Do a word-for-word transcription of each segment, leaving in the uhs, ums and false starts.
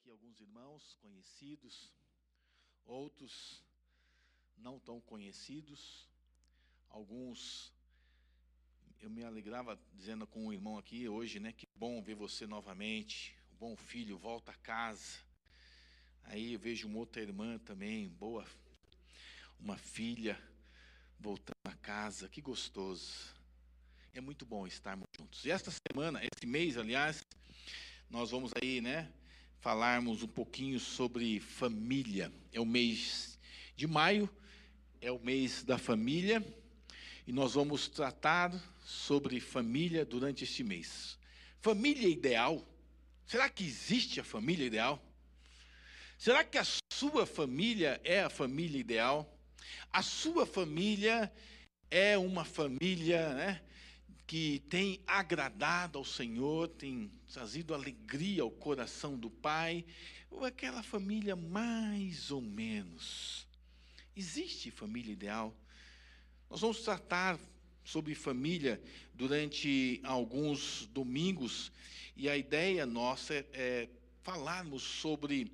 aqui alguns irmãos conhecidos, outros não tão conhecidos, alguns eu me alegrava dizendo com um irmão aqui hoje, né, que bom ver você novamente, o bom filho, volta a casa. Aí eu vejo uma outra irmã também, boa, uma filha voltando a casa, que gostoso. É muito bom estarmos juntos. E esta semana, esse mês, aliás, nós vamos aí, né, falarmos um pouquinho sobre família. É o mês de maio, é o mês da família, e nós vamos tratar sobre família durante este mês. Família ideal? Será que existe a família ideal? Será que a sua família é a família ideal? A sua família é uma família, né, que tem agradado ao Senhor, tem trazido alegria ao coração do Pai, ou aquela família mais ou menos? Existe família ideal? Nós vamos tratar sobre família durante alguns domingos, e a ideia nossa é, é falarmos sobre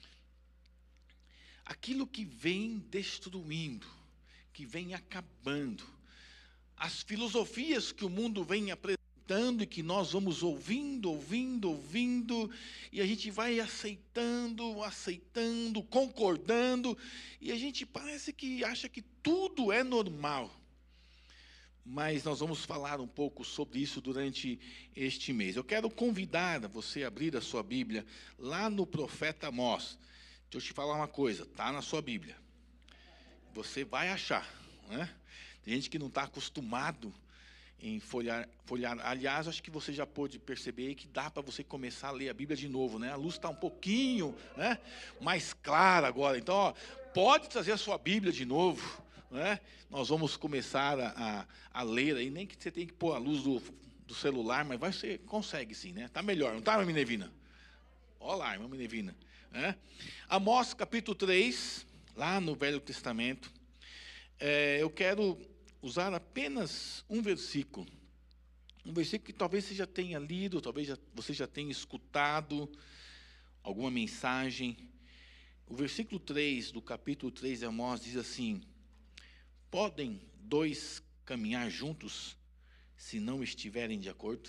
aquilo que vem destruindo, que vem acabando, as filosofias que o mundo vem apresentando e que nós vamos ouvindo, ouvindo, ouvindo, e a gente vai aceitando, aceitando, concordando, e a gente parece que acha que tudo é normal. Mas nós vamos falar um pouco sobre isso durante este mês. Eu quero convidar você a abrir a sua Bíblia lá no profeta Amós. Deixa eu te falar uma coisa, está na sua Bíblia. Você vai achar, né? Tem gente que não está acostumado em folhear, folhear. Aliás, acho que você já pôde perceber que dá para você começar a ler a Bíblia de novo, né? A luz está um pouquinho, né, mais clara agora. Então, ó, pode trazer a sua Bíblia de novo, né? Nós vamos começar a, a, a ler aí, nem que você tenha que pôr a luz do, do celular, mas vai, você consegue sim, né? Está melhor, não está, irmã Minervina? Olha lá, irmã Minervina. Né? Amós capítulo três, lá no Velho Testamento. É, eu quero usar apenas um versículo, um versículo que talvez você já tenha lido, talvez já, você já tenha escutado alguma mensagem. O versículo três do capítulo três de Amós diz assim: podem dois caminhar juntos se não estiverem de acordo?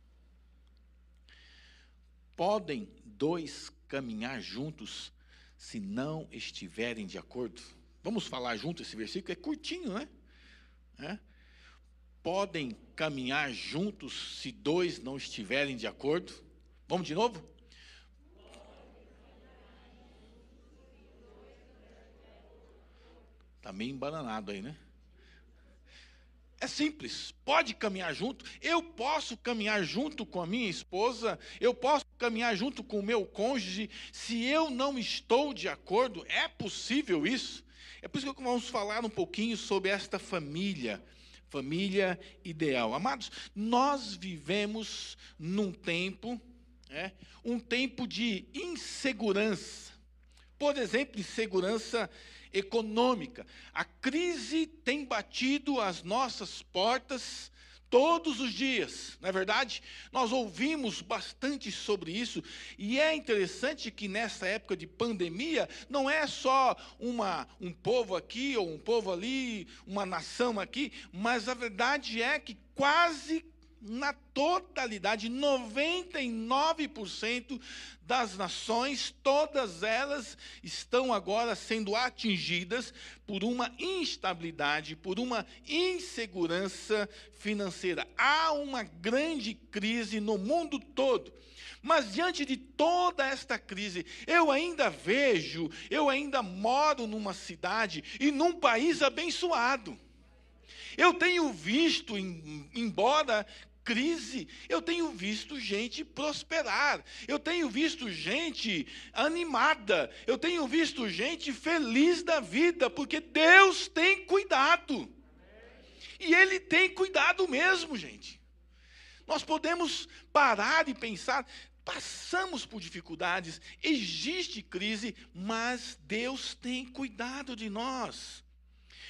Podem dois caminhar juntos se não estiverem de acordo? Vamos falar junto esse versículo, é curtinho, né? É. Podem caminhar juntos se dois não estiverem de acordo? Vamos de novo? Está meio embananado aí, né? É simples, pode caminhar junto. Eu posso caminhar junto com a minha esposa, eu posso caminhar junto com o meu cônjuge, se eu não estou de acordo. É possível isso? É por isso que vamos falar um pouquinho sobre esta família, família ideal. Amados, nós vivemos num tempo, é, um tempo de insegurança. Por exemplo, insegurança econômica. A crise tem batido as nossas portas todos os dias, não é verdade? Nós ouvimos bastante sobre isso, e é interessante que nessa época de pandemia, não é só uma, um povo aqui ou um povo ali, uma nação aqui, mas a verdade é que quase na totalidade, noventa e nove por cento das nações, todas elas estão agora sendo atingidas por uma instabilidade, por uma insegurança financeira. Há uma grande crise no mundo todo. Mas diante de toda esta crise, eu ainda vejo, eu ainda moro numa cidade e num país abençoado. Eu tenho visto, embora crise, eu tenho visto gente prosperar, eu tenho visto gente animada, eu tenho visto gente feliz da vida, porque Deus tem cuidado. E Ele tem cuidado mesmo, gente. Nós podemos parar e pensar, passamos por dificuldades, existe crise, mas Deus tem cuidado de nós.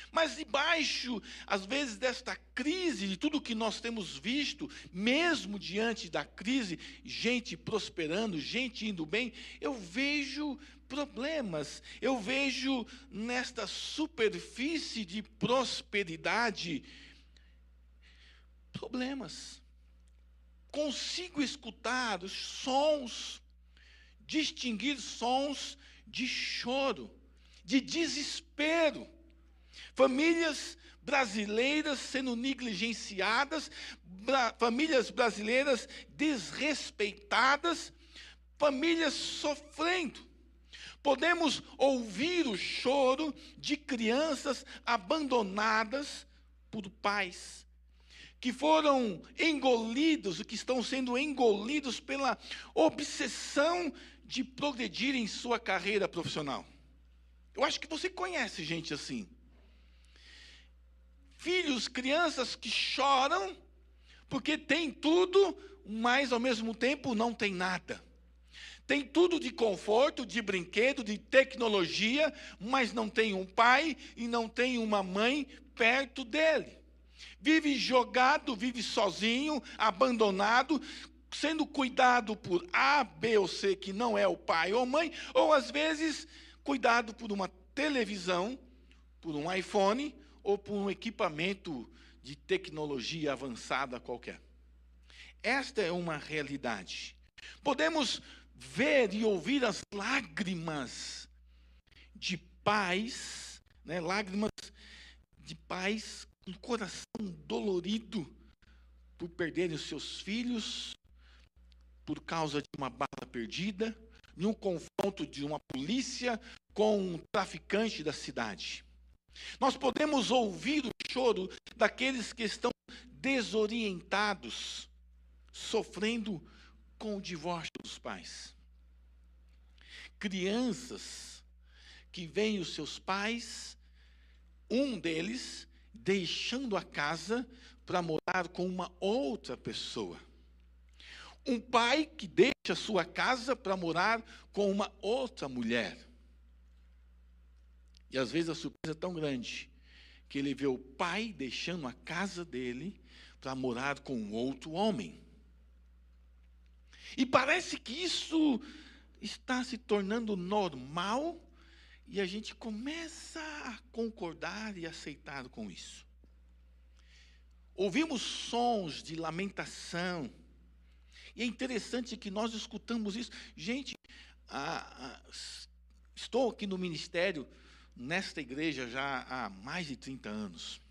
Mas debaixo, às vezes, desta crise, de tudo que nós temos visto, mesmo diante da crise, gente prosperando, gente indo bem, eu vejo problemas, eu vejo nesta superfície de prosperidade problemas. Consigo escutar os sons, distinguir sons de choro, de desespero. Famílias brasileiras sendo negligenciadas, bra- famílias brasileiras desrespeitadas, famílias sofrendo. Podemos ouvir o choro de crianças abandonadas por pais, que foram engolidos, que estão sendo engolidos pela obsessão de progredir em sua carreira profissional. Eu acho que você conhece gente assim. Filhos, crianças que choram porque tem tudo, mas ao mesmo tempo não tem nada. Tem tudo de conforto, de brinquedo, de tecnologia, mas não tem um pai e não tem uma mãe perto dele. Vive jogado, vive sozinho, abandonado, sendo cuidado por A, B ou C, que não é o pai ou mãe, ou às vezes cuidado por uma televisão, por um iPhone, ou por um equipamento de tecnologia avançada qualquer. Esta é uma realidade. Podemos ver e ouvir as lágrimas de pais, né, lágrimas de pais com coração dolorido por perderem os seus filhos, por causa de uma bala perdida, num confronto de uma polícia com um traficante da cidade. Nós podemos ouvir o choro daqueles que estão desorientados, sofrendo com o divórcio dos pais. Crianças que veem os seus pais, um deles deixando a casa para morar com uma outra pessoa. Um pai que deixa a sua casa para morar com uma outra mulher. E às vezes a surpresa é tão grande que ele vê o pai deixando a casa dele para morar com um outro homem. E parece que isso está se tornando normal e a gente começa a concordar e aceitar com isso. Ouvimos sons de lamentação. E é interessante que nós escutamos isso. Gente, ah, ah, estou aqui no ministério, nesta igreja, já há mais de trinta anos.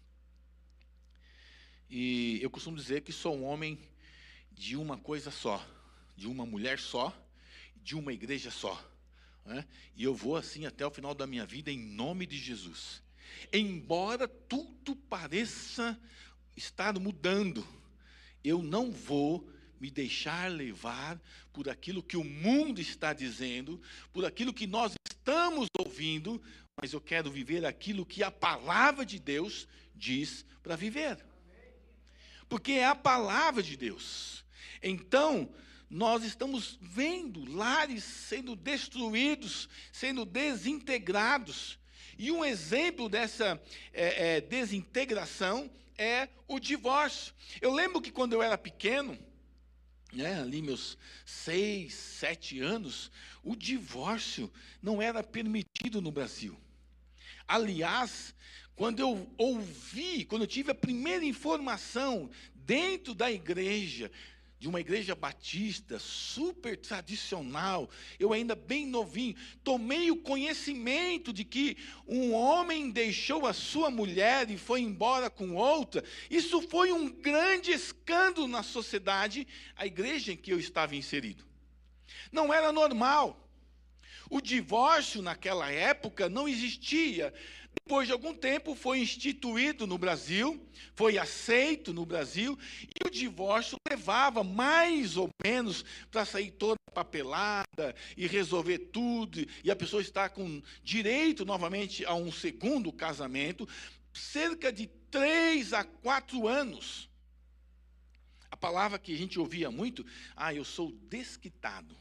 E eu costumo dizer que sou um homem de uma coisa só, de uma mulher só, de uma igreja só. Né? E eu vou assim até o final da minha vida, em nome de Jesus. Embora tudo pareça estar mudando, eu não vou me deixar levar por aquilo que o mundo está dizendo, por aquilo que nós estamos ouvindo, mas eu quero viver aquilo que a palavra de Deus diz para viver. Porque é a palavra de Deus. Então, nós estamos vendo lares sendo destruídos, sendo desintegrados. E um exemplo dessa é, é, desintegração é o divórcio. Eu lembro que quando eu era pequeno, né, ali meus seis, sete anos, o divórcio não era permitido no Brasil. Aliás, quando eu ouvi, quando eu tive a primeira informação dentro da igreja, de uma igreja batista, super tradicional, eu ainda bem novinho, tomei o conhecimento de que um homem deixou a sua mulher e foi embora com outra. Isso foi um grande escândalo na sociedade, a igreja em que eu estava inserido. Não era normal. O divórcio naquela época não existia. Depois de algum tempo foi instituído no Brasil, foi aceito no Brasil, e o divórcio levava mais ou menos para sair toda a papelada e resolver tudo, e a pessoa está com direito novamente a um segundo casamento, cerca de três a quatro anos. A palavra que a gente ouvia muito, ah, eu sou desquitado,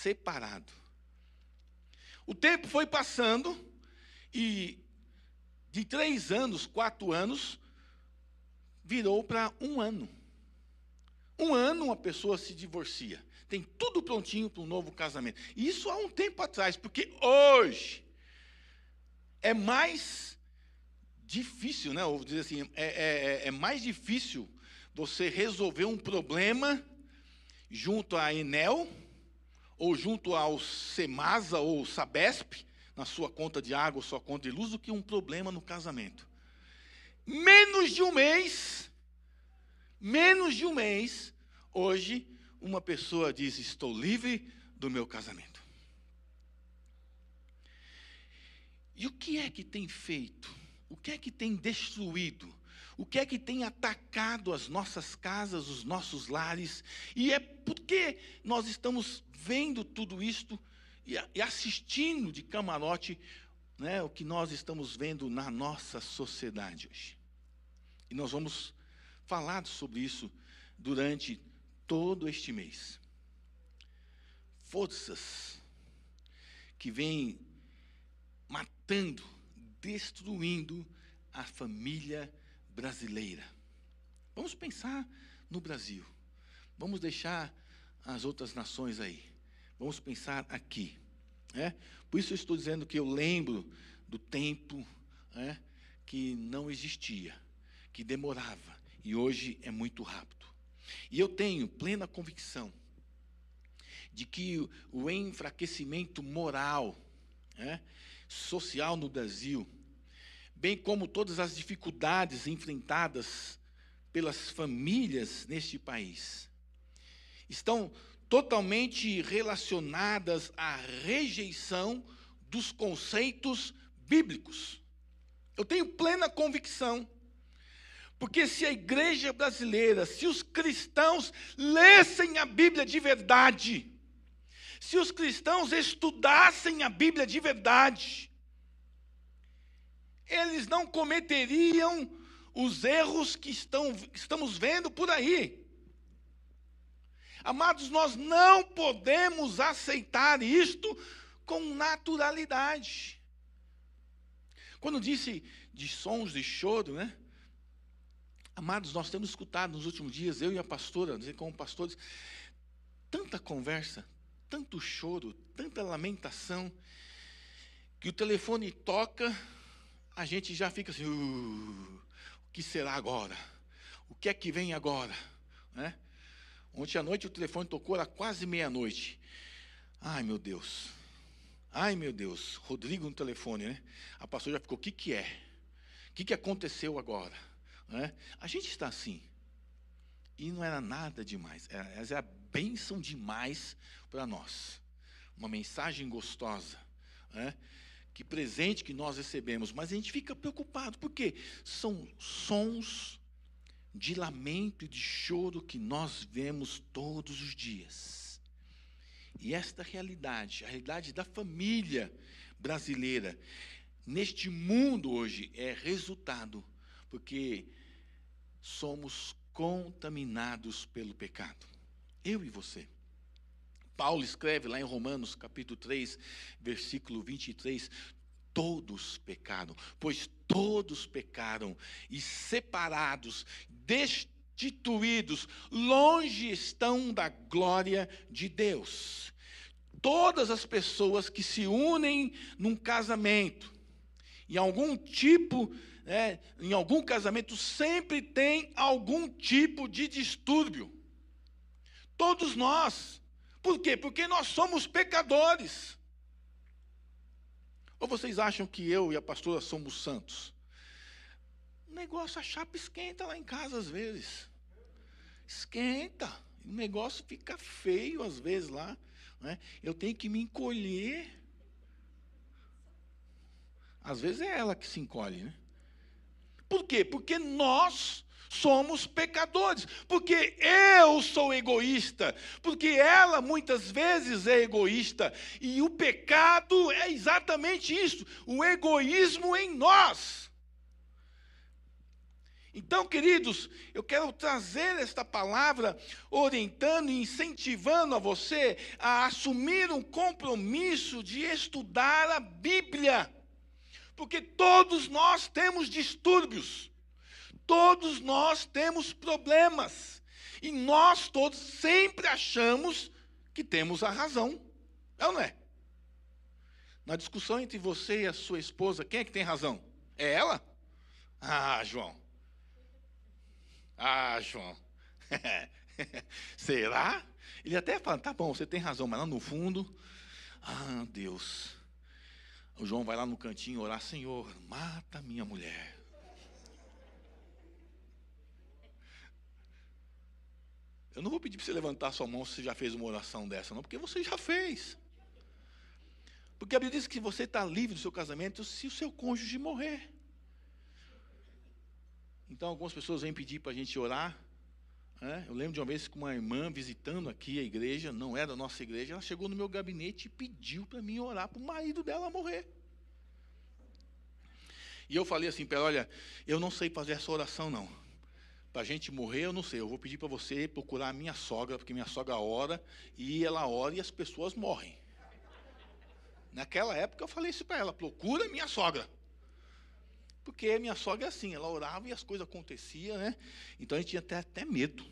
separado. O tempo foi passando e de três anos, quatro anos, virou para um ano. Um ano uma pessoa se divorcia. Tem tudo prontinho para um novo casamento. Isso há um tempo atrás, porque hoje é mais difícil, né? Ou dizer assim, é, é, é mais difícil você resolver um problema junto à Enel, ou junto ao Semasa ou Sabesp, na sua conta de água ou sua conta de luz, do que um problema no casamento. Menos de um mês, menos de um mês, hoje, uma pessoa diz, estou livre do meu casamento. E o que é que tem feito? O que é que tem destruído? O que é que tem atacado as nossas casas, os nossos lares? E é porque nós estamos vendo tudo isto e assistindo de camarote, né, o que nós estamos vendo na nossa sociedade hoje. E nós vamos falar sobre isso durante todo este mês. Forças que vêm matando, destruindo a família brasileira. Vamos pensar no Brasil. Vamos deixar as outras nações aí. Vamos pensar aqui. Né? Por isso eu estou dizendo que eu lembro do tempo, né, que não existia, que demorava, e hoje é muito rápido. E eu tenho plena convicção de que o enfraquecimento moral, né, social no Brasil, bem como todas as dificuldades enfrentadas pelas famílias neste país, estão totalmente relacionadas à rejeição dos conceitos bíblicos. Eu tenho plena convicção, porque se a igreja brasileira, se os cristãos lessem a Bíblia de verdade, se os cristãos estudassem a Bíblia de verdade, eles não cometeriam os erros que estão, estamos vendo por aí. Amados, nós não podemos aceitar isto com naturalidade. Quando disse de sons de choro, né? Amados, nós temos escutado nos últimos dias, eu e a pastora, como pastores, tanta conversa, tanto choro, tanta lamentação, que o telefone toca, a gente já fica assim, uh, o que será agora? O que é que vem agora? Né? Ontem à noite o telefone tocou, era quase meia-noite. Ai, meu Deus. Ai, meu Deus. Rodrigo no telefone, né? A pastora já ficou, o que que é? O que que aconteceu agora? Né? A gente está assim. E não era nada demais. Era, era bênção demais para nós. Uma mensagem gostosa. Né? Que presente que nós recebemos. Mas a gente fica preocupado. Por quê? São sons de lamento e de choro que nós vemos todos os dias. E esta realidade, a realidade da família brasileira, neste mundo hoje, é resultado porque somos contaminados pelo pecado. Eu e você. Paulo escreve lá em Romanos, capítulo três, versículo vinte e três, todos pecaram, pois todos pecaram e separados, destituídos, longe estão da glória de Deus. Todas as pessoas que se unem num casamento, em algum tipo, né, em algum casamento, sempre tem algum tipo de distúrbio. Todos nós. Por quê? Porque nós somos pecadores. Ou vocês acham que eu e a pastora somos santos? O negócio, a chapa esquenta lá em casa às vezes. Esquenta. O negócio fica feio às vezes lá. Né? Eu tenho que me encolher. Às vezes é ela que se encolhe, né? Por quê? Porque nós somos pecadores. Porque eu sou egoísta. Porque ela muitas vezes é egoísta. E o pecado é exatamente isso. O egoísmo em nós. Então, queridos, eu quero trazer esta palavra orientando e incentivando a você a assumir um compromisso de estudar a Bíblia. Porque todos nós temos distúrbios, todos nós temos problemas, e nós todos sempre achamos que temos a razão, é ou não é? Na discussão entre você e a sua esposa, quem é que tem razão? É ela? Ah, João. Ah, João. Será? Ele até fala, tá bom, você tem razão, mas lá no fundo, ah, Deus. O João vai lá no cantinho orar, Senhor, mata minha mulher. Eu não vou pedir para você levantar sua mão se você já fez uma oração dessa, não, porque você já fez. Porque a Bíblia diz que você está livre do seu casamento se o seu cônjuge morrer. Então, algumas pessoas vêm pedir para a gente orar. Né? Eu lembro de uma vez que uma irmã visitando aqui a igreja, não era da nossa igreja, ela chegou no meu gabinete e pediu para mim orar para o marido dela morrer. E eu falei assim para ela, olha, eu não sei fazer essa oração não. Para a gente morrer, eu não sei, eu vou pedir para você procurar a minha sogra, porque minha sogra ora, e ela ora e as pessoas morrem. Naquela época eu falei isso para ela, procura minha sogra. Porque a minha sogra é assim, ela orava e as coisas aconteciam, né? Então a gente tinha até, até medo.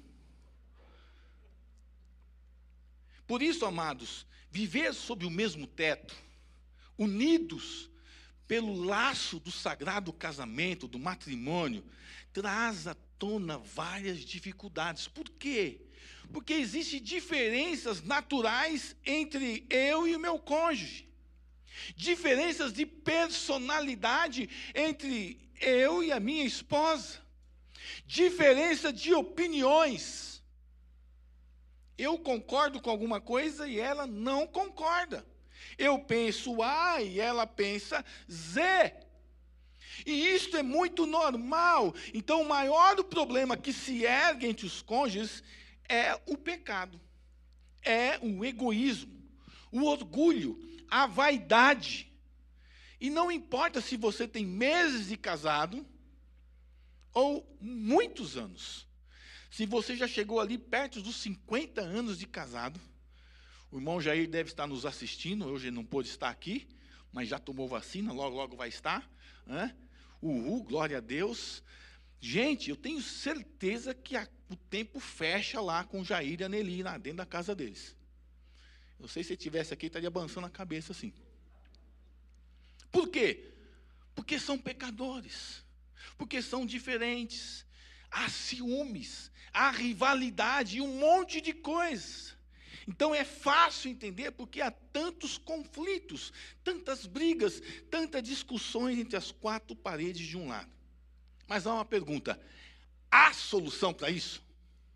Por isso, amados, viver sob o mesmo teto, unidos pelo laço do sagrado casamento, do matrimônio, traz à tona várias dificuldades. Por quê? Porque existem diferenças naturais entre eu e o meu cônjuge. Diferenças de personalidade entre eu e a minha esposa. Diferença de opiniões. Eu concordo com alguma coisa e ela não concorda. Eu penso A e ela pensa Z. E isto é muito normal. Então, o maior problema que se ergue entre os cônjuges é o pecado. É o egoísmo, o orgulho, a vaidade. E não importa se você tem meses de casado ou muitos anos. Se você já chegou ali perto dos cinquenta anos de casado, o irmão Jair deve estar nos assistindo, hoje ele não pôde estar aqui, mas já tomou vacina, logo, logo vai estar. Né? Uhul, glória a Deus. Gente, eu tenho certeza que a, o tempo fecha lá com o Jair e a Nelly, lá dentro da casa deles. Não sei se ele estivesse aqui, estaria balançando a cabeça assim. Por quê? Porque são pecadores. Porque são diferentes. Há ciúmes, há rivalidade e um monte de coisas. Então é fácil entender porque há tantos conflitos, tantas brigas, tantas discussões entre as quatro paredes de um lado. Mas há uma pergunta: há solução para isso?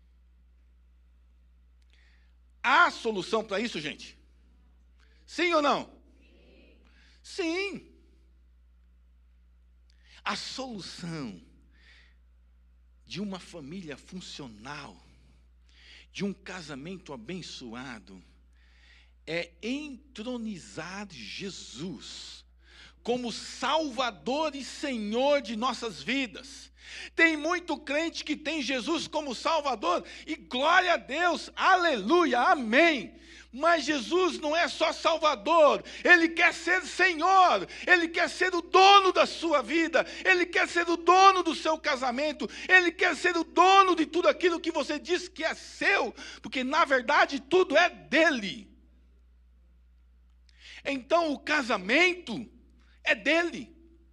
Há solução para isso, gente? Sim ou não? Sim. A solução de uma família funcional, de um casamento abençoado, é entronizar Jesus como Salvador e Senhor de nossas vidas. Tem muito crente que tem Jesus como Salvador, e glória a Deus, aleluia, amém. Mas Jesus não é só Salvador, Ele quer ser Senhor, Ele quer ser o dono da sua vida, Ele quer ser o dono do seu casamento, Ele quer ser o dono de tudo aquilo que você diz que é seu, porque na verdade tudo é dele. Então o casamento é dele,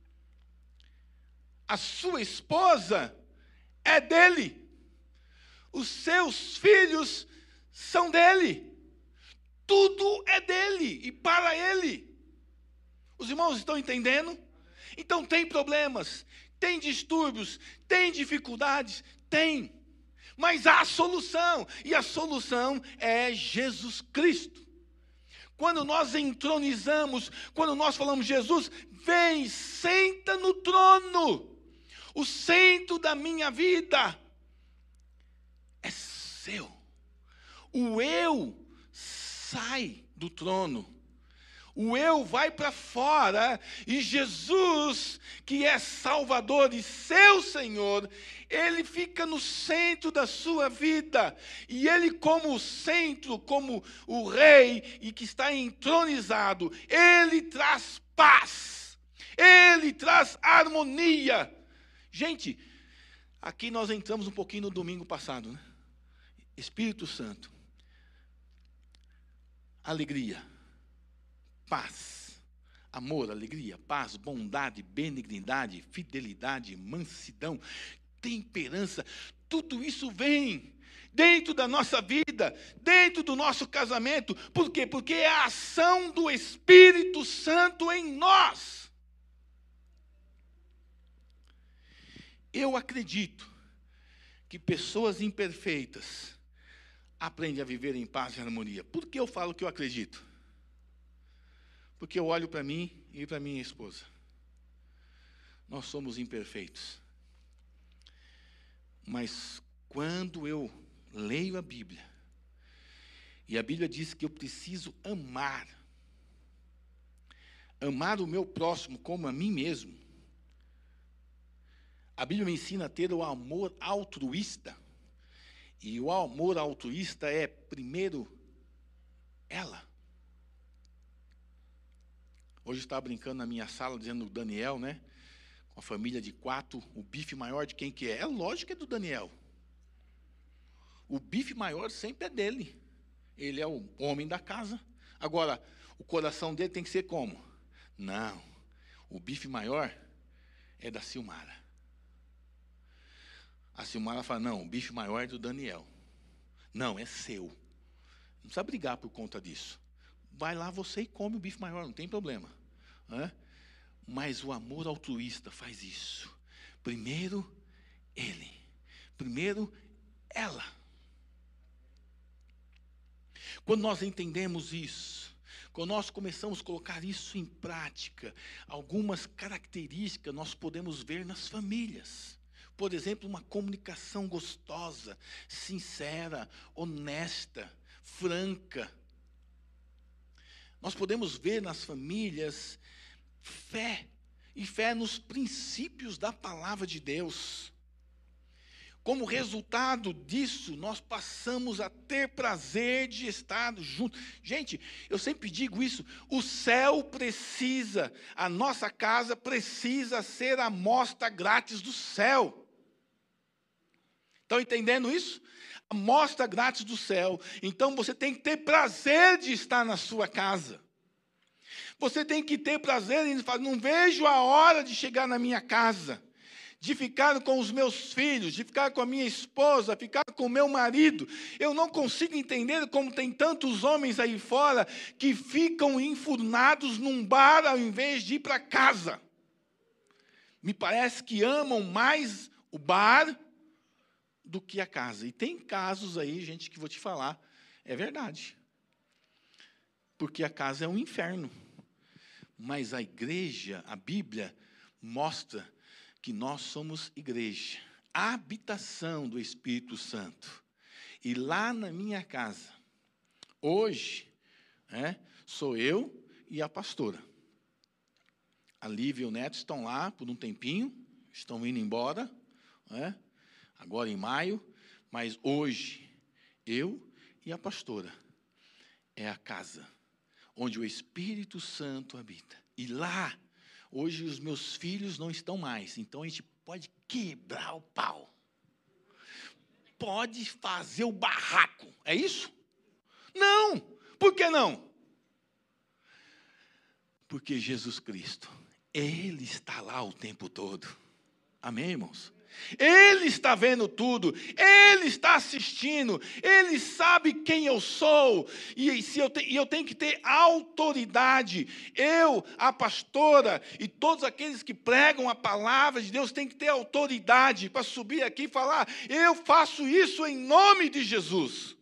a sua esposa é dele, os seus filhos são dele. Tudo é dele e para ele. Os irmãos estão entendendo? Então tem problemas, tem distúrbios, tem dificuldades, tem. Mas há solução, e a solução é Jesus Cristo. Quando nós entronizamos, quando nós falamos, Jesus, vem, senta no trono. O centro da minha vida é seu. O eu sai do trono. O eu vai para fora e Jesus, que é Salvador e seu Senhor, Ele fica no centro da sua vida. E Ele como o centro, como o rei e que está entronizado, Ele traz paz. Ele traz harmonia. Gente, aqui nós entramos um pouquinho no domingo passado, né? Espírito Santo, alegria, paz, amor, alegria, paz, bondade, benignidade, fidelidade, mansidão, temperança, tudo isso vem dentro da nossa vida, dentro do nosso casamento. Por quê? Porque é a ação do Espírito Santo em nós. Eu acredito que pessoas imperfeitas aprendem a viver em paz e harmonia. Por que eu falo que eu acredito? Porque eu olho para mim e para minha esposa. Nós somos imperfeitos. Mas quando eu leio a Bíblia, e a Bíblia diz que eu preciso amar, amar o meu próximo como a mim mesmo, a Bíblia me ensina a ter o amor altruísta. E o amor altruísta é, primeiro, ela. Hoje eu estava brincando na minha sala, dizendo o Daniel, né? Com a família de quatro, o bife maior de quem que é? É lógico que é do Daniel. O bife maior sempre é dele. Ele é o homem da casa. Agora, o coração dele tem que ser como? Não, o bife maior é da Silmara. A Silmara fala, não, o bife maior é do Daniel. Não, é seu. Não precisa brigar por conta disso. Vai lá você e come o bife maior, não tem problema. Né? Mas o amor altruísta faz isso. Primeiro, ele. Primeiro, ela. Quando nós entendemos isso, quando nós começamos a colocar isso em prática, algumas características nós podemos ver nas famílias. Por exemplo, uma comunicação gostosa, sincera, honesta, franca. Nós podemos ver nas famílias fé, e fé nos princípios da palavra de Deus. Como resultado disso, nós passamos a ter prazer de estar juntos. Gente, eu sempre digo isso, o céu precisa, a nossa casa precisa ser a amostra grátis do céu. Estão entendendo isso? A amostra grátis do céu. Então você tem que ter prazer de estar na sua casa. Você tem que ter prazer em falar, não vejo a hora de chegar na minha casa, de ficar com os meus filhos, de ficar com a minha esposa, ficar com o meu marido. Eu não consigo entender como tem tantos homens aí fora que ficam enfurnados num bar ao invés de ir para casa. Me parece que amam mais o bar do que a casa. E tem casos aí, gente, que vou te falar, é verdade. Porque a casa é um inferno. Mas a igreja, a Bíblia, mostra que nós somos igreja, a habitação do Espírito Santo. E lá na minha casa, hoje, né, sou eu e a pastora. A Lívia e o Neto estão lá por um tempinho, estão indo embora, né, agora em maio, mas hoje, eu e a pastora, é a casa onde o Espírito Santo habita. E lá, hoje os meus filhos não estão mais, então a gente pode quebrar o pau. Pode fazer o barraco, é isso? Não, por que não? Porque Jesus Cristo, Ele está lá o tempo todo. Amém, irmãos? Ele está vendo tudo, Ele está assistindo, Ele sabe quem eu sou, e, se eu, te, e eu tenho que ter autoridade. Eu, a pastora e todos aqueles que pregam a palavra de Deus têm que ter autoridade para subir aqui e falar, eu faço isso em nome de Jesus.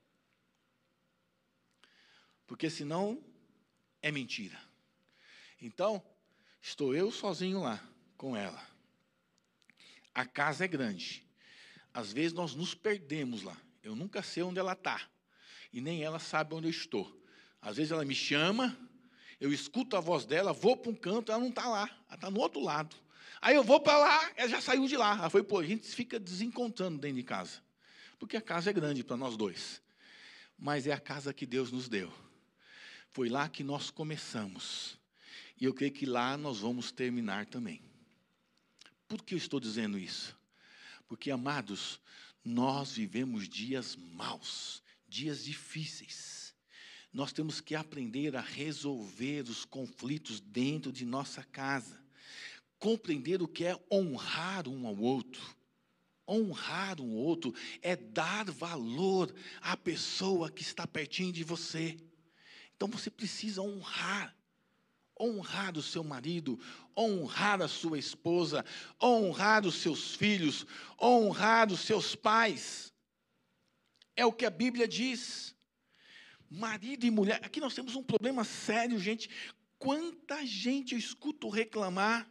Porque senão é mentira. Então, estou eu sozinho lá com ela. A casa é grande. Às vezes nós nos perdemos lá. Eu nunca sei onde ela está. E nem ela sabe onde eu estou. Às vezes ela me chama, eu escuto a voz dela, vou para um canto, ela não está lá. Ela está no outro lado. Aí eu vou para lá, ela já saiu de lá. Ela foi, pô, a gente fica desencontrando dentro de casa. Porque a casa é grande para nós dois. Mas é a casa que Deus nos deu. Foi lá que nós começamos. E eu creio que lá nós vamos terminar também. Por que eu estou dizendo isso? Porque, amados, nós vivemos dias maus, dias difíceis. Nós temos que aprender a resolver os conflitos dentro de nossa casa. Compreender o que é honrar um ao outro. Honrar um outro é dar valor à pessoa que está pertinho de você. Então você precisa honrar. Honrar o seu marido, honrar a sua esposa, honrar os seus filhos, honrar os seus pais. É o que a Bíblia diz. Marido e mulher. Aqui nós temos um problema sério, gente. Quanta gente eu escuto reclamar.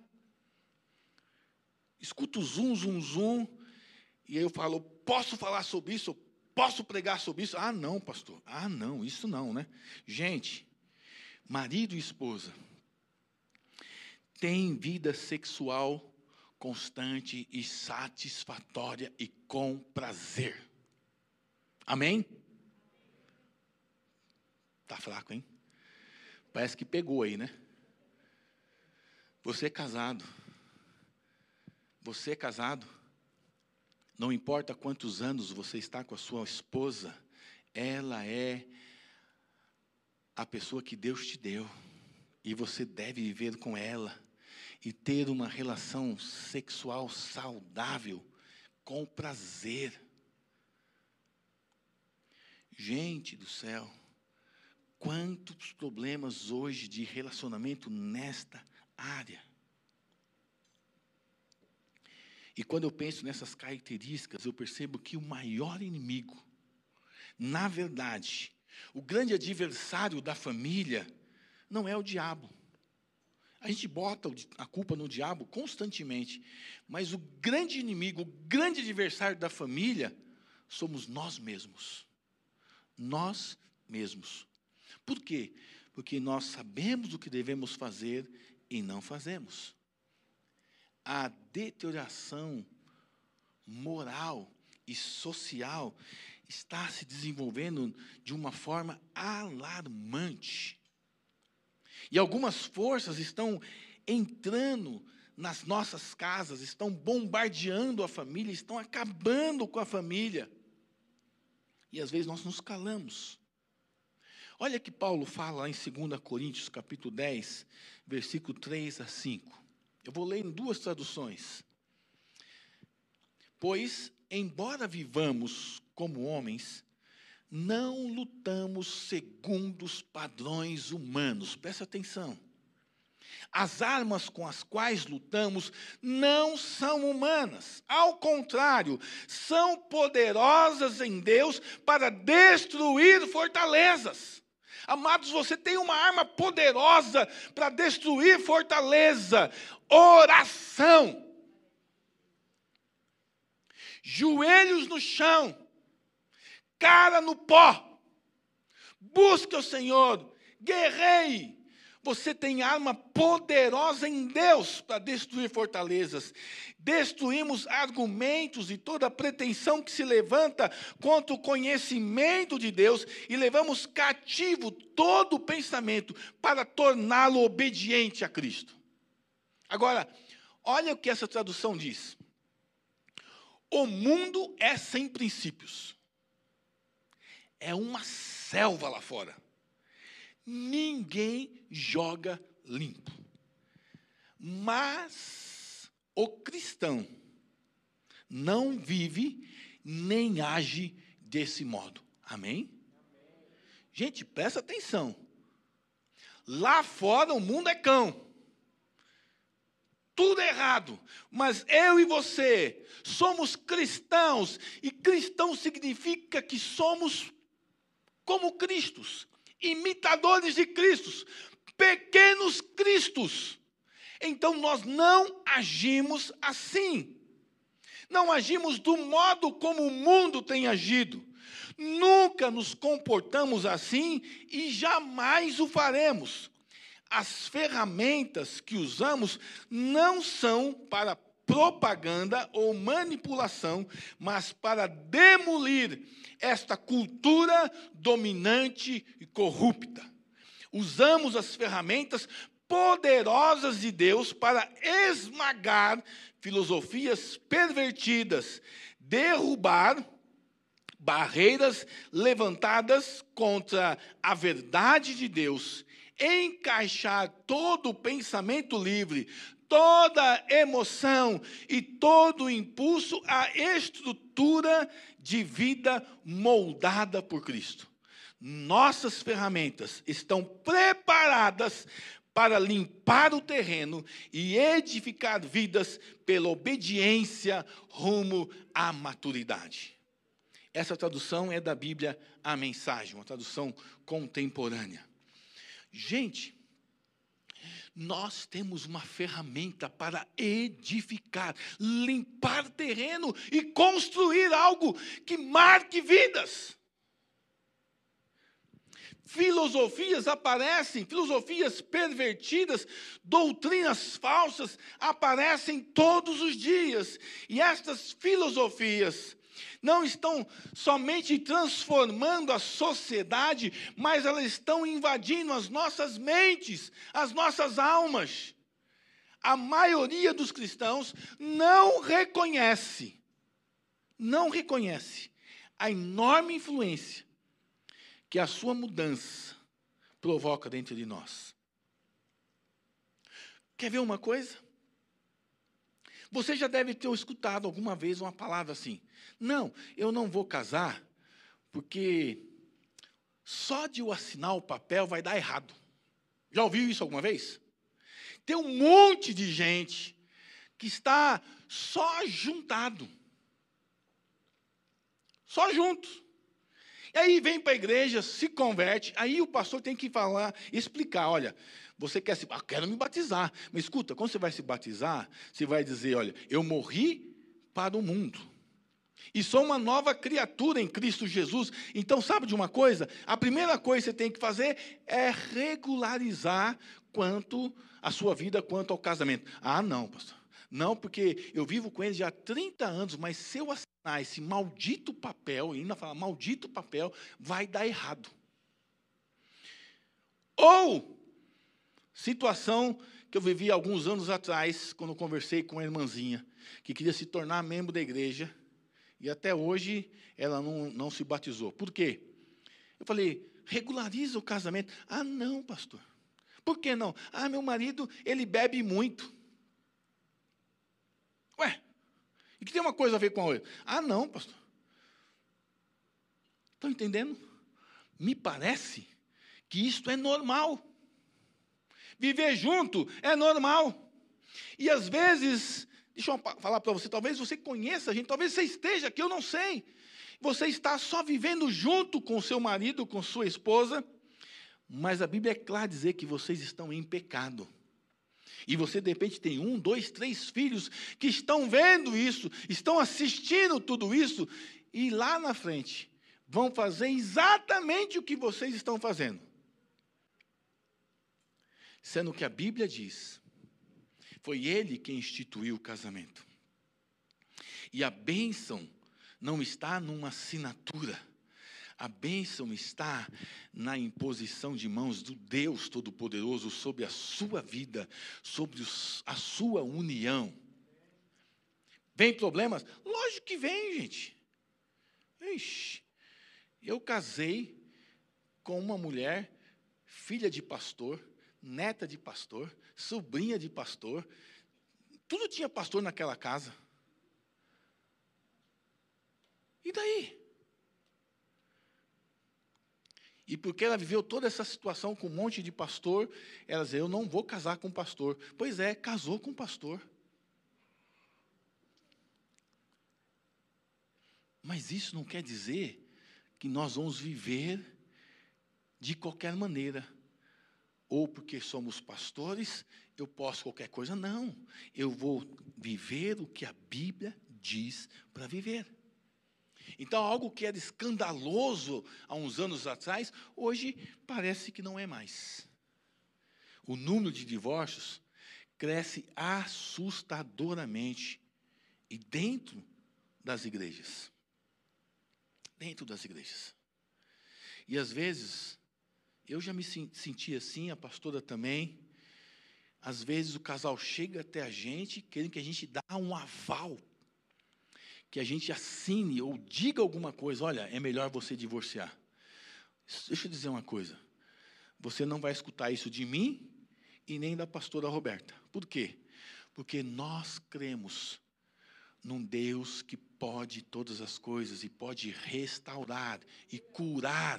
Escuto zum, zum, zum. E aí eu falo, posso falar sobre isso? Posso pregar sobre isso? Ah, não, pastor. Ah, não, isso não, né? Gente, marido e esposa têm vida sexual constante e satisfatória e com prazer. Amém? Tá fraco, hein? Parece que pegou aí, né? Você é casado. Você é casado. Não importa quantos anos você está com a sua esposa, ela é a pessoa que Deus te deu. E você deve viver com ela e ter uma relação sexual saudável, com prazer. Gente do céu, quantos problemas hoje de relacionamento nesta área. E quando eu penso nessas características, eu percebo que o maior inimigo, na verdade, o grande adversário da família, não é o diabo. A gente bota a culpa no diabo constantemente, mas o grande inimigo, o grande adversário da família, somos nós mesmos. Nós mesmos. Por quê? Porque nós sabemos o que devemos fazer e não fazemos. A deterioração moral e social está se desenvolvendo de uma forma alarmante. E algumas forças estão entrando nas nossas casas, estão bombardeando a família, estão acabando com a família. E às vezes nós nos calamos. Olha que Paulo fala lá em dois Coríntios, capítulo dez, versículo três a cinco. Eu vou ler em duas traduções. Pois, embora vivamos como homens, não lutamos segundo os padrões humanos. Presta atenção. As armas com as quais lutamos não são humanas. Ao contrário, são poderosas em Deus para destruir fortalezas. Amados, você tem uma arma poderosa para destruir fortaleza. Oração. Joelhos no chão. Cara no pó. Busque o Senhor. Guerreie. Você tem arma poderosa em Deus para destruir fortalezas. Destruímos argumentos e toda pretensão que se levanta contra o conhecimento de Deus e levamos cativo todo o pensamento para torná-lo obediente a Cristo. Agora, olha o que essa tradução diz. O mundo é sem princípios. É uma selva lá fora. Ninguém joga limpo. Mas o cristão não vive nem age desse modo. Amém? Gente, presta atenção. Lá fora o mundo é cão. Tudo é errado. Mas eu e você somos cristãos. E cristão significa que somos como Cristos. Imitadores de Cristo, pequenos Cristos. Então nós não agimos assim. Não agimos do modo como o mundo tem agido. Nunca nos comportamos assim e jamais o faremos. As ferramentas que usamos não são para propaganda ou manipulação, mas para demolir esta cultura dominante e corrupta. Usamos as ferramentas poderosas de Deus para esmagar filosofias pervertidas, derrubar barreiras levantadas contra a verdade de Deus, encaixar todo o pensamento livre, toda emoção e todo impulso à estrutura de vida moldada por Cristo. Nossas ferramentas estão preparadas para limpar o terreno e edificar vidas pela obediência rumo à maturidade. Essa tradução é da Bíblia A Mensagem, uma tradução contemporânea. Gente, nós temos uma ferramenta para edificar, limpar terreno e construir algo que marque vidas. Filosofias aparecem, filosofias pervertidas, doutrinas falsas aparecem todos os dias. E estas filosofias não estão somente transformando a sociedade, mas elas estão invadindo as nossas mentes, as nossas almas. A maioria dos cristãos não reconhece, não reconhece a enorme influência que a sua mudança provoca dentro de nós. Quer ver uma coisa? Você já deve ter escutado alguma vez uma palavra assim: não, eu não vou casar porque só de eu assinar o papel vai dar errado. Já ouviu isso alguma vez? Tem um monte de gente que está só juntado. Só juntos. E aí vem para a igreja, se converte, aí o pastor tem que falar, explicar, olha, você quer se, ah, quero me batizar, mas escuta, quando você vai se batizar, você vai dizer, olha, eu morri para o mundo, e sou uma nova criatura em Cristo Jesus. Então, sabe de uma coisa? A primeira coisa que você tem que fazer é regularizar quanto a sua vida, quanto ao casamento. Ah, não, pastor. Não, porque eu vivo com ele já há trinta anos, mas se eu assinar esse maldito papel, e ainda falar maldito papel, vai dar errado. Ou, situação que eu vivi alguns anos atrás, quando conversei com uma irmãzinha, que queria se tornar membro da igreja, e até hoje ela não, não se batizou. Por quê? Eu falei, regulariza o casamento. Ah, não, pastor. Por que não? Ah, meu marido, ele bebe muito. Ué, e que tem uma coisa a ver com a outra? Ah, não, pastor. Estão entendendo? Me parece que isto é normal. Viver junto é normal. E às vezes, deixa eu falar para você, talvez você conheça a gente, talvez você esteja aqui, eu não sei. Você está só vivendo junto com seu marido, com sua esposa, mas a Bíblia é clara dizer que vocês estão em pecado. E você, de repente, tem um, dois, três filhos que estão vendo isso, estão assistindo tudo isso, e lá na frente vão fazer exatamente o que vocês estão fazendo. Sendo que a Bíblia diz, foi ele quem instituiu o casamento. E a bênção não está numa assinatura. A bênção está na imposição de mãos do Deus Todo-Poderoso sobre a sua vida, sobre os, a sua união. Vem problemas? Lógico que vem, gente. Ixi, eu casei com uma mulher, filha de pastor, neta de pastor, sobrinha de pastor. Tudo tinha pastor naquela casa. E daí? E porque ela viveu toda essa situação com um monte de pastor, ela dizia, eu não vou casar com pastor. Pois é, casou com pastor. Mas isso não quer dizer que nós vamos viver de qualquer maneira. Ou porque somos pastores, eu posso qualquer coisa. Não, eu vou viver o que a Bíblia diz para viver. Então, algo que era escandaloso há uns anos atrás, hoje parece que não é mais. O número de divórcios cresce assustadoramente e dentro das igrejas. Dentro das igrejas. E às vezes, eu já me senti assim, a pastora também, Às vezes o casal chega até a gente querendo que a gente dá um aval, que a gente assine ou diga alguma coisa. Olha, é melhor você divorciar. Deixa eu dizer uma coisa. Você não vai escutar isso de mim e nem da pastora Roberta. Por quê? Porque nós cremos num Deus que pode todas as coisas e pode restaurar e curar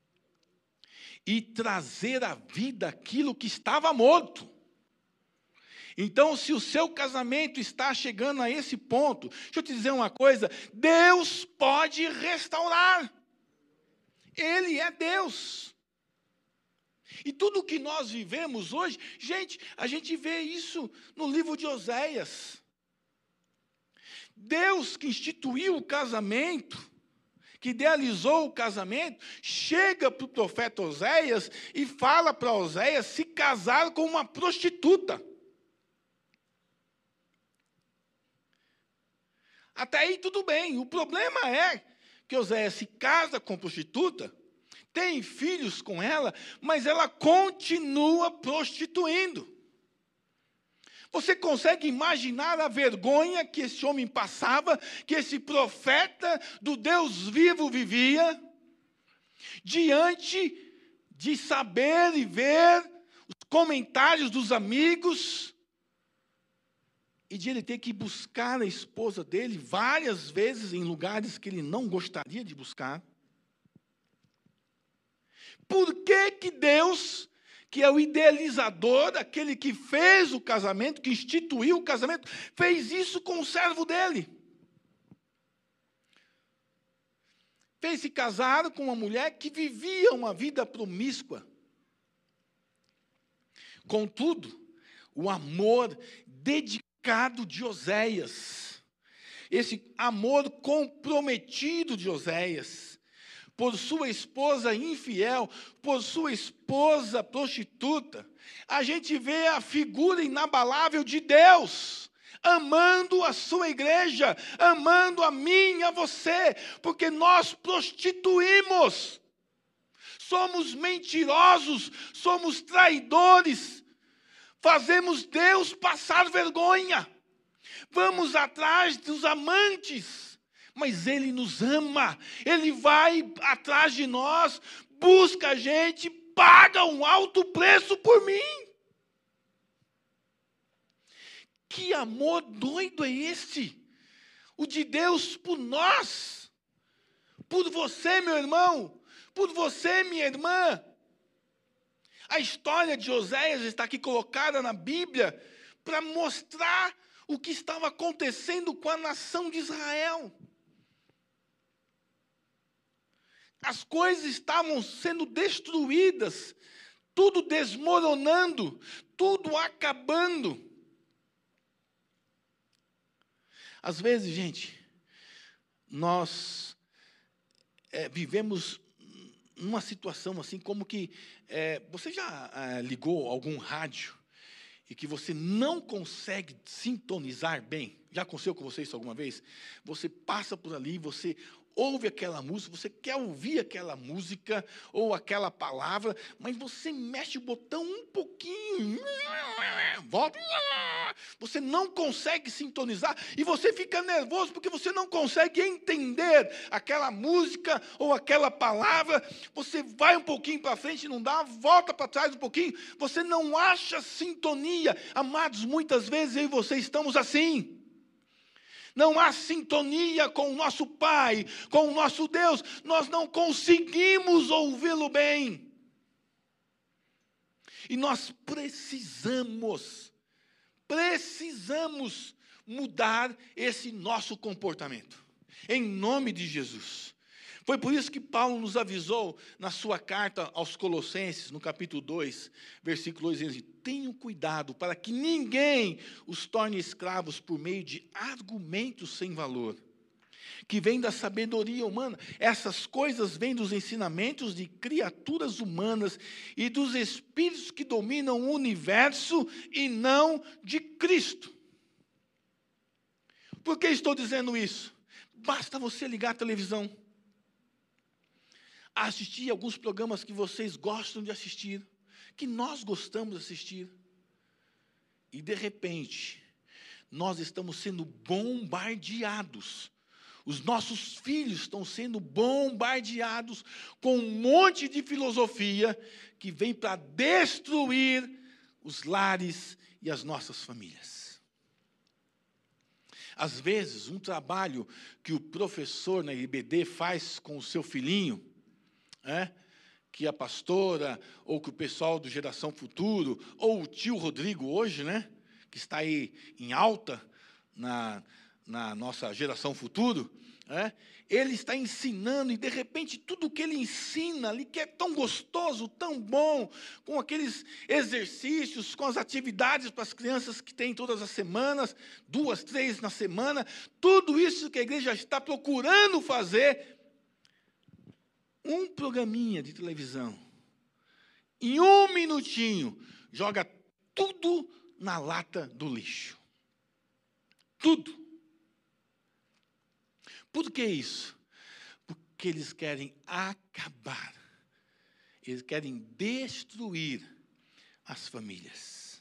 e trazer à vida aquilo que estava morto. Então, se o seu casamento está chegando a esse ponto, deixa eu te dizer uma coisa, Deus pode restaurar. Ele é Deus. E tudo que nós vivemos hoje, gente, a gente vê isso no livro de Oséias. Deus que instituiu o casamento, que idealizou o casamento, chega para o profeta Oséias e fala para Oséias se casar com uma prostituta. Até aí tudo bem. O problema é que Oséias se casa com prostituta, tem filhos com ela, mas ela continua prostituindo. Você consegue imaginar a vergonha que esse homem passava, que esse profeta do Deus vivo vivia, diante de saber e ver os comentários dos amigos, e de ele ter que buscar a esposa dele várias vezes em lugares que ele não gostaria de buscar? Por que que Deus, que é o idealizador, aquele que fez o casamento, que instituiu o casamento, fez isso com o servo dele? Fez se casar com uma mulher que vivia uma vida promíscua. Contudo, o amor dedicado de Oséias, esse amor comprometido de Oséias, por sua esposa infiel, por sua esposa prostituta, a gente vê a figura inabalável de Deus, amando a sua igreja, amando a mim e a você, porque nós prostituímos, somos mentirosos, somos traidores, fazemos Deus passar vergonha, vamos atrás dos amantes, mas Ele nos ama, Ele vai atrás de nós, busca a gente, paga um alto preço por mim. Que amor doido é esse? O de Deus por nós, por você, meu irmão, por você, minha irmã. A história de Oséias está aqui colocada na Bíblia para mostrar o que estava acontecendo com a nação de Israel. As coisas estavam sendo destruídas, tudo desmoronando, tudo acabando. Às vezes, gente, nós é, vivemos numa situação assim, como que é, você já é, ligou algum rádio e que você não consegue sintonizar bem? Já aconteceu com você isso alguma vez? Você passa por ali, você ouve aquela música, você quer ouvir aquela música ou aquela palavra, mas você mexe o botão um pouquinho, volta, você não consegue sintonizar e você fica nervoso porque você não consegue entender aquela música ou aquela palavra. Você vai um pouquinho para frente, não dá, volta para trás um pouquinho, você não acha sintonia. Amados, muitas vezes eu e você estamos assim. Não há sintonia com o nosso Pai, com o nosso Deus. Nós não conseguimos ouvi-lo bem. E nós precisamos, precisamos mudar esse nosso comportamento. Em nome de Jesus. Foi por isso que Paulo nos avisou na sua carta aos Colossenses, no capítulo dois, versículo dois, dizendo: tenham cuidado para que ninguém os torne escravos por meio de argumentos sem valor, que vêm da sabedoria humana. Essas coisas vêm dos ensinamentos de criaturas humanas e dos espíritos que dominam o universo e não de Cristo. Por que estou dizendo isso? Basta você ligar a televisão, assistir alguns programas que vocês gostam de assistir, que nós gostamos de assistir. E de repente, nós estamos sendo bombardeados. Os nossos filhos estão sendo bombardeados com um monte de filosofia que vem para destruir os lares e as nossas famílias. Às vezes, um trabalho que o professor na I B D faz com o seu filhinho, é, que a pastora, ou que o pessoal do Geração Futuro, ou o tio Rodrigo hoje, né, que está aí em alta na, na nossa Geração Futuro, é, ele está ensinando, e de repente tudo que ele ensina ali, que é tão gostoso, tão bom, com aqueles exercícios, com as atividades para as crianças que tem todas as semanas, duas, três na semana, tudo isso que a igreja está procurando fazer, um programinha de televisão, em um minutinho, joga tudo na lata do lixo. Tudo. Por que isso? Porque eles querem acabar. Eles querem destruir as famílias.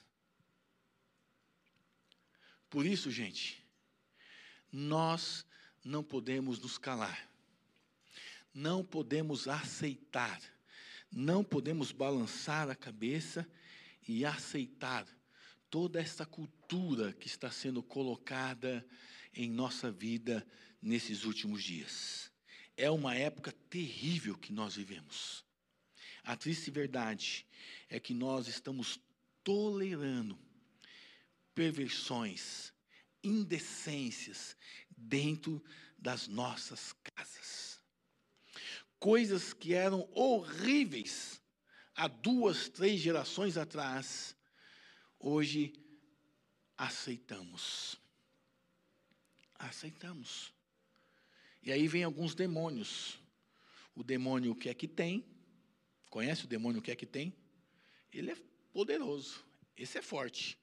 Por isso, gente, nós não podemos nos calar. Não podemos aceitar, não podemos balançar a cabeça e aceitar toda essa cultura que está sendo colocada em nossa vida nesses últimos dias. É uma época terrível que nós vivemos. A triste verdade é que nós estamos tolerando perversões, indecências dentro das nossas casas. Coisas que eram horríveis há duas, três gerações atrás, hoje aceitamos. Aceitamos. E aí vem alguns demônios. O demônio que é que tem, conhece o demônio que é que tem? Ele é poderoso, esse é forte.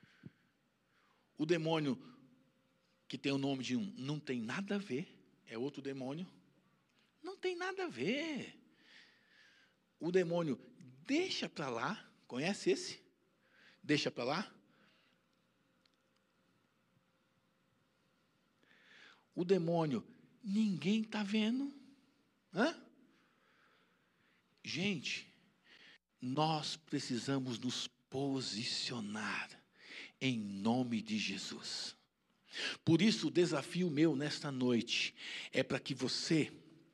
O demônio que tem o nome de um, não tem nada a ver, é outro demônio. Não tem nada a ver. O demônio deixa para lá, conhece esse? Deixa para lá. O demônio, ninguém está vendo. Hã? Gente, nós precisamos nos posicionar em nome de Jesus. Por isso, o desafio meu nesta noite é para que você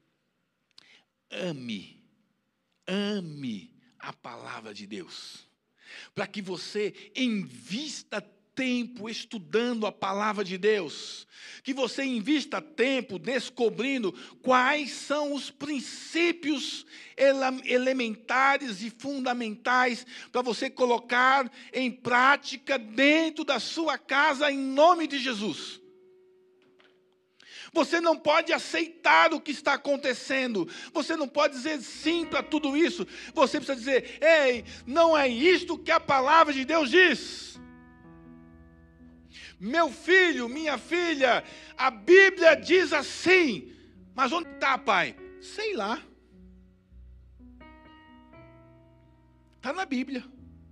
ame, ame a palavra de Deus. Para que você invista tempo estudando a palavra de Deus. Que você invista tempo descobrindo quais são os princípios ele- elementares e fundamentais para você colocar em prática dentro da sua casa em nome de Jesus. Você não pode aceitar o que está acontecendo. Você não pode dizer sim para tudo isso. Você precisa dizer, ei, não é isto que a palavra de Deus diz. Meu filho, minha filha, a Bíblia diz assim. Mas onde está, pai? Sei lá. Está na Bíblia.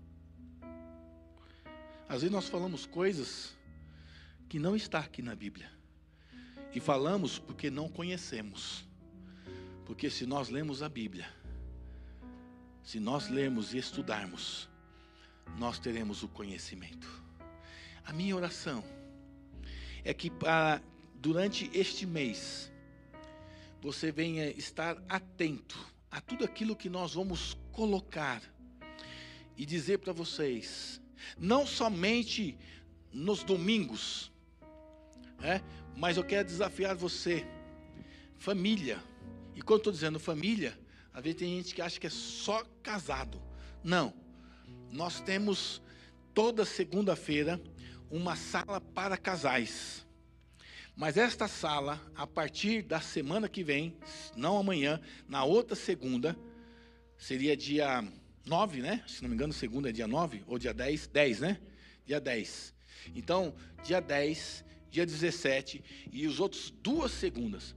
Às vezes nós falamos coisas que não está aqui na Bíblia. E falamos porque não conhecemos. Porque se nós lemos a Bíblia, se nós lermos e estudarmos, nós teremos o conhecimento. A minha oração é que para, durante este mês, você venha estar atento a tudo aquilo que nós vamos colocar e dizer para vocês, não somente nos domingos, é, mas eu quero desafiar você, família. E quando estou dizendo família, às vezes tem gente que acha que é só casado. Não, nós temos toda segunda-feira uma sala para casais. Mas esta sala, a partir da semana que vem, não amanhã, na outra segunda, seria dia nove, né? Se não me engano, segunda é dia nove, ou dia dez, dez, né? Dia dez. Então, dia dez, dia dezessete e os outros duas segundas,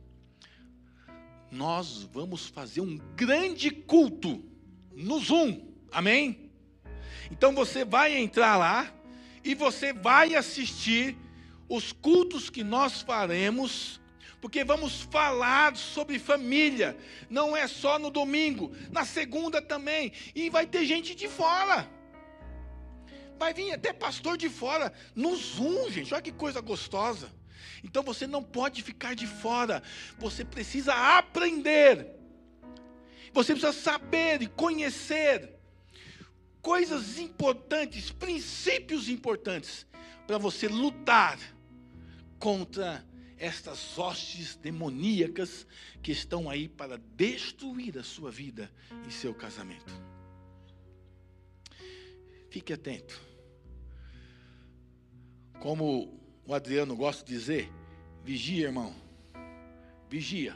nós vamos fazer um grande culto no Zoom, amém? Então você vai entrar lá E você vai assistir os cultos que nós faremos, porque vamos falar sobre família. Não é só no domingo, na segunda também. E vai ter gente de fora. Vai vir até pastor de fora no Zoom, gente. Olha que coisa gostosa. Então você não pode ficar de fora. Você precisa aprender. Você precisa saber e conhecer coisas importantes, princípios importantes, para você lutar contra estas hostes demoníacas que estão aí para destruir a sua vida e seu casamento. Fique atento. Como o Adriano gosta de dizer, vigia, irmão. Vigia.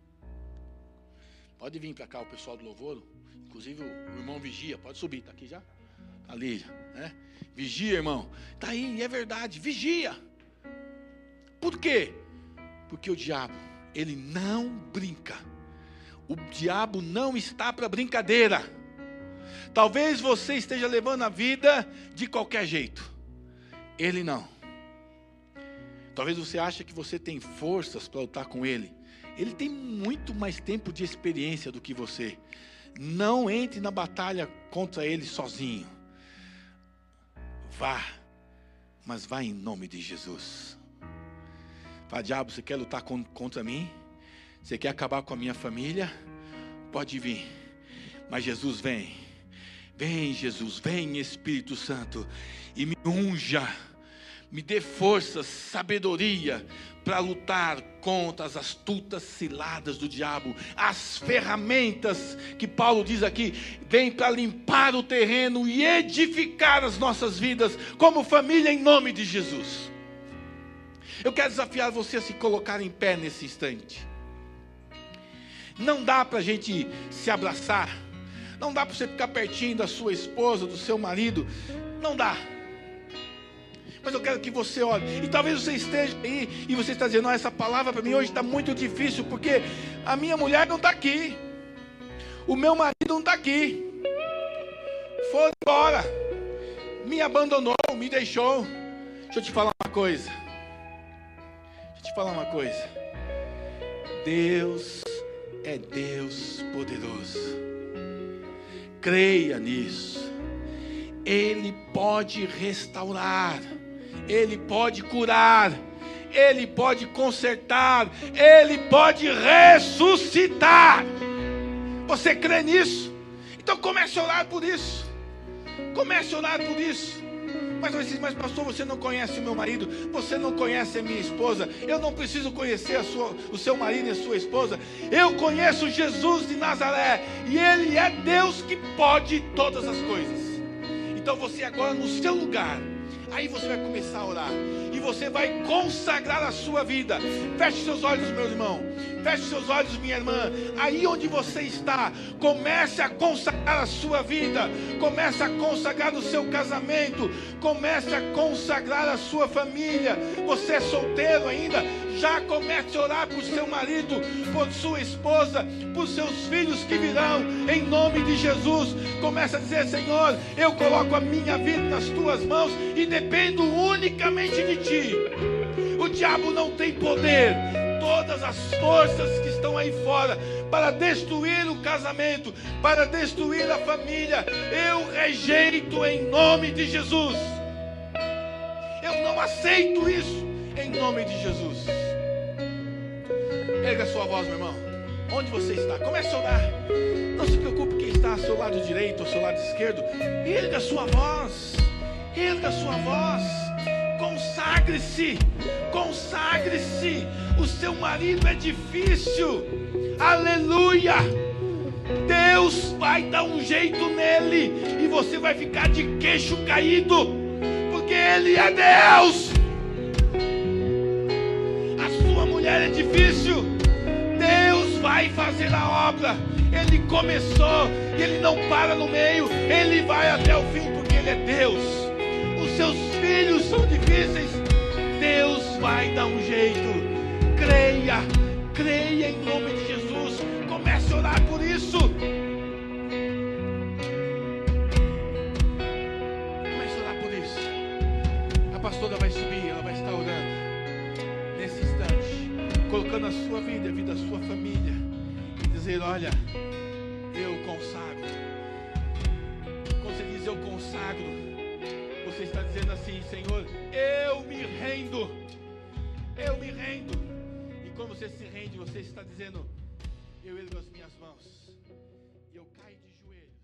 Pode vir para cá o pessoal do louvor. Inclusive o irmão vigia. Pode subir, está aqui já? Está ali, né? Vigia, irmão. Está aí, é verdade, vigia. Por quê? Porque o diabo, ele não brinca. O diabo não está para brincadeira. Talvez você esteja levando a vida de qualquer jeito. Ele não. Talvez você ache que você tem forças para lutar com ele. Ele tem muito mais tempo de experiência do que você. Não entre na batalha contra ele sozinho. Vá, mas vá em nome de Jesus. Fala, diabo, você quer lutar contra mim? Você quer acabar com a minha família? Pode vir. Mas Jesus vem. Vem, Jesus, vem, Espírito Santo, e me unja. Me dê força, sabedoria para lutar contra as astutas ciladas do diabo. As ferramentas que Paulo diz aqui, vem para limpar o terreno e edificar as nossas vidas como família em nome de Jesus. Eu quero desafiar você a se colocar em pé nesse instante. Não dá para a gente se abraçar. Não dá para você ficar pertinho da sua esposa, do seu marido. Não dá. Mas eu quero que você olhe. E talvez você esteja aí e você está dizendo, não, essa palavra para mim hoje está muito difícil, porque a minha mulher não está aqui. O meu marido não está aqui. Foi embora. Me abandonou, me deixou. Deixa eu te falar uma coisa. Deixa eu te falar uma coisa. Deus é Deus poderoso. Creia nisso. Ele pode restaurar. Ele pode curar, Ele pode consertar, Ele pode ressuscitar. Você crê nisso? Então comece a orar por isso. Comece a orar por isso. Mas você diz, mas pastor, você não conhece o meu marido, você não conhece a minha esposa. Eu não preciso conhecer a sua, o seu marido e a sua esposa. Eu conheço Jesus de Nazaré, e Ele é Deus que pode todas as coisas. Então você agora no seu lugar, aí você vai começar a orar. E você vai consagrar a sua vida. Feche seus olhos, meu irmão. Feche seus olhos, minha irmã. Aí onde você está, comece a consagrar a sua vida. Comece a consagrar o seu casamento. Comece a consagrar a sua família. Você é solteiro ainda? Já comece a orar por seu marido, por sua esposa, por seus filhos que virão, em nome de Jesus. Comece a dizer, Senhor, eu coloco a minha vida nas tuas mãos e dependo unicamente de ti. O diabo não tem poder. Todas as forças que estão aí fora para destruir o casamento, para destruir a família, eu rejeito em nome de Jesus. Eu não aceito isso em nome de Jesus. Erga sua voz, meu irmão. Onde você está? Comece a orar. Não se preocupe quem está ao seu lado direito ou ao seu lado esquerdo. Erga sua voz. Erga sua voz. Consagre-se. Consagre-se. O seu marido é difícil. Aleluia. Deus vai dar um jeito nele. E você vai ficar de queixo caído. Porque Ele é Deus. A sua mulher é difícil. Deus vai fazer a obra. Ele começou e Ele não para no meio. Ele vai até o fim porque Ele é Deus. Os seus filhos são difíceis. Deus vai dar um jeito. Creia, creia em nome de Jesus. Comece a orar por isso. Comece a orar por isso. a sua vida, a vida da sua família, e dizer: olha, eu consagro. Quando você diz eu consagro, você está dizendo assim: Senhor, eu me rendo, eu me rendo. E quando você se rende, você está dizendo: eu ergo as minhas mãos, e eu caio de joelhos.